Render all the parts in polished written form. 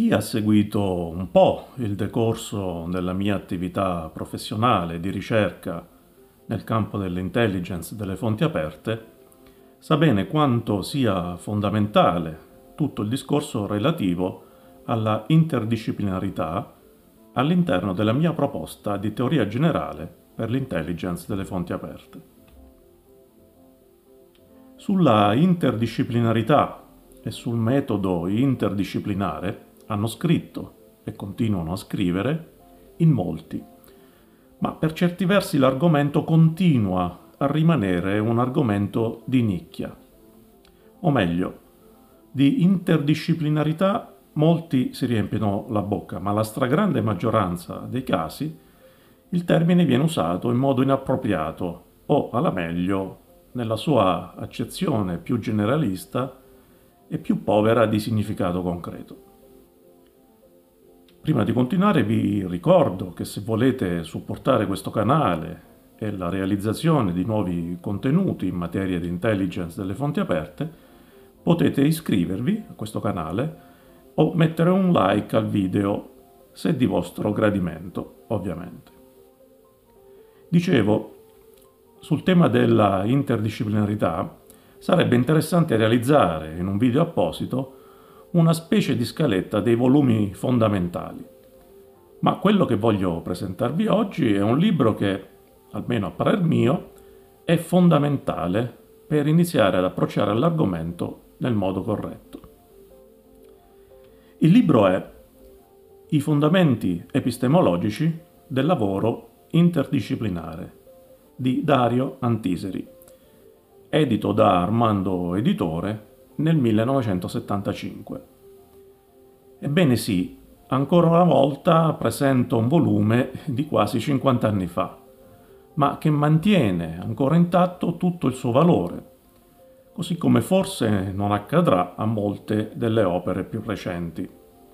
Chi ha seguito un po' il decorso della mia attività professionale di ricerca nel campo dell'intelligence delle fonti aperte sa bene quanto sia fondamentale tutto il discorso relativo alla interdisciplinarità all'interno della mia proposta di teoria generale per l'intelligence delle fonti aperte. Sulla interdisciplinarità e sul metodo interdisciplinare hanno scritto e continuano a scrivere in molti, ma per certi versi l'argomento continua a rimanere un argomento di nicchia. O meglio, di interdisciplinarità molti si riempiono la bocca, ma la stragrande maggioranza dei casi il termine viene usato in modo inappropriato o, alla meglio, nella sua accezione più generalista e più povera di significato concreto. Prima di continuare vi ricordo che se volete supportare questo canale e la realizzazione di nuovi contenuti in materia di intelligence delle fonti aperte, potete iscrivervi a questo canale o mettere un like al video se di vostro gradimento, ovviamente. Dicevo, sul tema della interdisciplinarità sarebbe interessante realizzare in un video apposito una specie di scaletta dei volumi fondamentali. Ma quello che voglio presentarvi oggi è un libro che, almeno a parer mio, è fondamentale per iniziare ad approcciare l'argomento nel modo corretto. Il libro è I fondamenti epistemologici del lavoro interdisciplinare di Dario Antiseri, edito da Armando Editore nel 1975. Ebbene sì, ancora una volta presento un volume di quasi 50 anni fa, ma che mantiene ancora intatto tutto il suo valore, così come forse non accadrà a molte delle opere più recenti.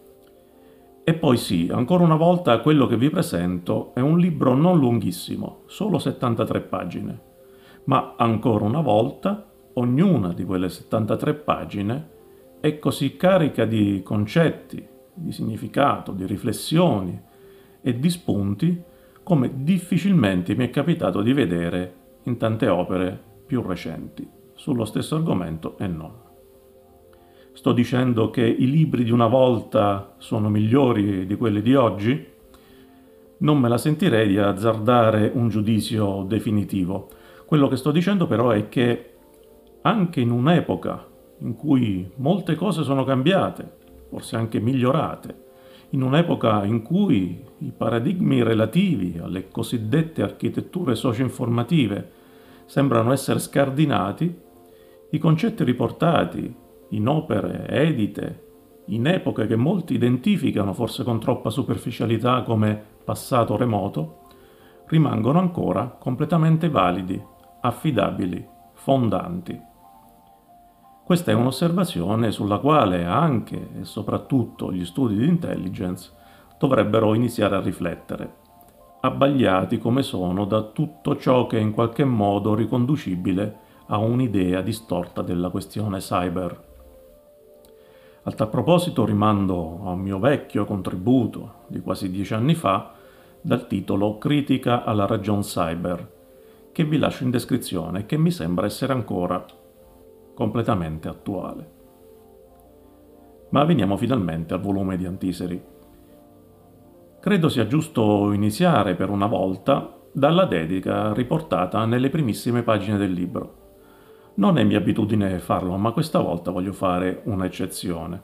E poi sì, ancora una volta quello che vi presento è un libro non lunghissimo, solo 73 pagine, ma ancora una volta ognuna di quelle 73 pagine è così carica di concetti, di significato, di riflessioni e di spunti come difficilmente mi è capitato di vedere in tante opere più recenti, sullo stesso argomento e non. Sto dicendo che i libri di una volta sono migliori di quelli di oggi? Non me la sentirei di azzardare un giudizio definitivo. Quello che sto dicendo però è che anche in un'epoca in cui molte cose sono cambiate, forse anche migliorate, in un'epoca in cui i paradigmi relativi alle cosiddette architetture socio-informative sembrano essere scardinati, i concetti riportati in opere edite, in epoche che molti identificano forse con troppa superficialità come passato remoto, rimangono ancora completamente validi, affidabili, fondanti. Questa è un'osservazione sulla quale anche e soprattutto gli studi di intelligence dovrebbero iniziare a riflettere, abbagliati come sono da tutto ciò che è in qualche modo riconducibile a un'idea distorta della questione cyber. A tal proposito rimando a un mio vecchio contributo di quasi 10 anni fa dal titolo Critica alla ragion cyber, che vi lascio in descrizione e che mi sembra essere ancora completamente attuale. Ma veniamo finalmente al volume di Antiseri. Credo sia giusto iniziare per una volta dalla dedica riportata nelle primissime pagine del libro. Non è mia abitudine farlo, ma questa volta voglio fare un'eccezione.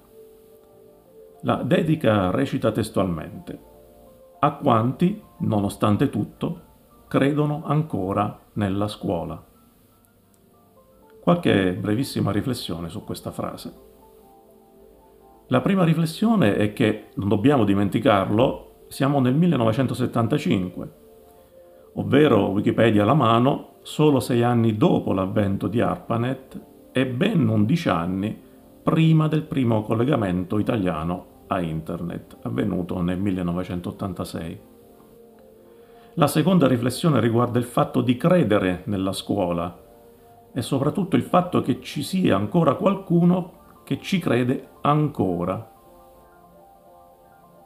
La dedica recita testualmente: a quanti, nonostante tutto, credono ancora nella scuola. Qualche brevissima riflessione su questa frase. La prima riflessione è che, non dobbiamo dimenticarlo, siamo nel 1975, ovvero Wikipedia alla mano, solo 6 anni dopo l'avvento di ARPANET e ben 11 anni prima del primo collegamento italiano a Internet, avvenuto nel 1986. La seconda riflessione riguarda il fatto di credere nella scuola e soprattutto il fatto che ci sia ancora qualcuno che ci crede ancora.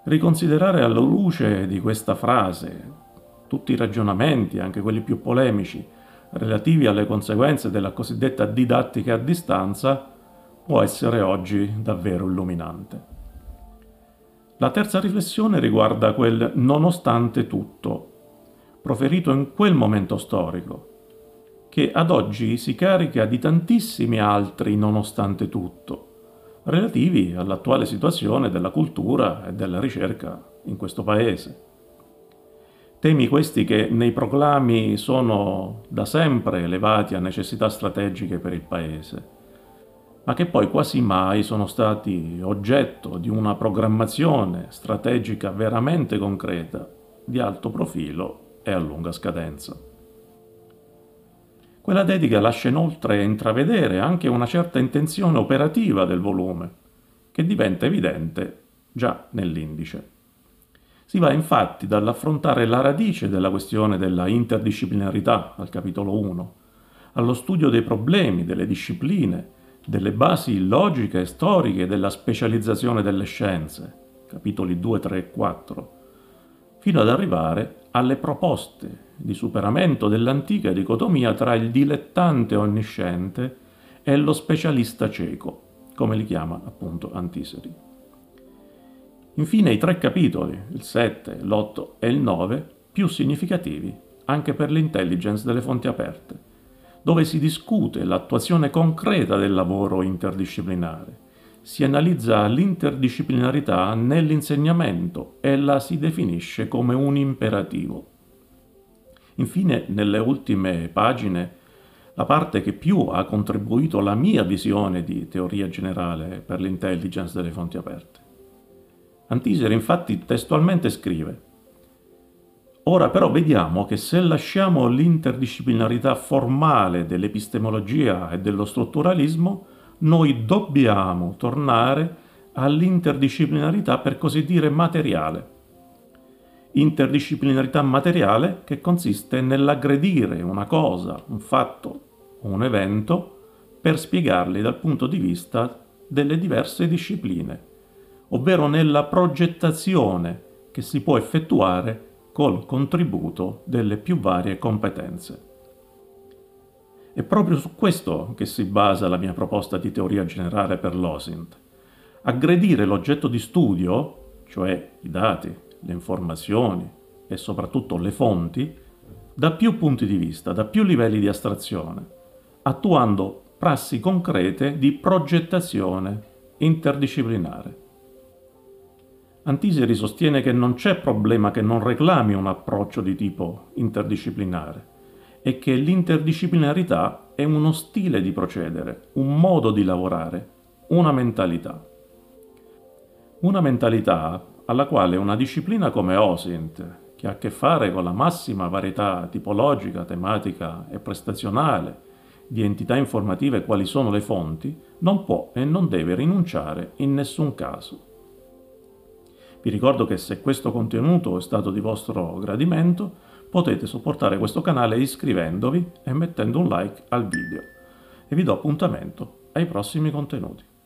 riconsiderare alla luce di questa frase tutti i ragionamenti, anche quelli più polemici, relativi alle conseguenze della cosiddetta didattica a distanza, può essere oggi davvero illuminante. La terza riflessione riguarda quel nonostante tutto, proferito in quel momento storico, che ad oggi si carica di tantissimi altri nonostante tutto, relativi all'attuale situazione della cultura e della ricerca in questo paese. Temi questi che nei proclami sono da sempre elevati a necessità strategiche per il paese, ma che poi quasi mai sono stati oggetto di una programmazione strategica veramente concreta, di alto profilo e a lunga scadenza. Quella dedica lascia inoltre intravedere anche una certa intenzione operativa del volume, che diventa evidente già nell'indice. Si va infatti dall'affrontare la radice della questione della interdisciplinarità al capitolo 1, allo studio dei problemi, delle discipline, delle basi logiche e storiche della specializzazione delle scienze, capitoli 2, 3 e 4, fino ad arrivare alle proposte di superamento dell'antica dicotomia tra il dilettante onnisciente e lo specialista cieco, come li chiama appunto Antiseri. Infine i 3 capitoli, il 7, l'8 e il 9, più significativi anche per l'intelligence delle fonti aperte, dove si discute l'attuazione concreta del lavoro interdisciplinare, si analizza l'interdisciplinarità nell'insegnamento e la si definisce come un imperativo. Infine, nelle ultime pagine, la parte che più ha contribuito alla mia visione di teoria generale per l'intelligence delle fonti aperte. Antiseri infatti testualmente scrive: «Ora però vediamo che se lasciamo l'interdisciplinarità formale dell'epistemologia e dello strutturalismo, noi dobbiamo tornare all'interdisciplinarità per così dire materiale. Interdisciplinarità materiale che consiste nell'aggredire una cosa, un fatto o un evento per spiegarli dal punto di vista delle diverse discipline, ovvero nella progettazione che si può effettuare col contributo delle più varie competenze». È proprio su questo che si basa la mia proposta di teoria generale per l'OSINT. Aggredire l'oggetto di studio, cioè i dati, le informazioni e soprattutto le fonti, da più punti di vista, da più livelli di astrazione, attuando prassi concrete di progettazione interdisciplinare. Antiseri sostiene che non c'è problema che non reclami un approccio di tipo interdisciplinare e che l'interdisciplinarità è uno stile di procedere, un modo di lavorare, una mentalità. Una mentalità alla quale una disciplina come OSINT, che ha a che fare con la massima varietà tipologica, tematica e prestazionale di entità informative quali sono le fonti, non può e non deve rinunciare in nessun caso. Vi ricordo che se questo contenuto è stato di vostro gradimento, potete supportare questo canale iscrivendovi e mettendo un like al video. E vi do appuntamento ai prossimi contenuti.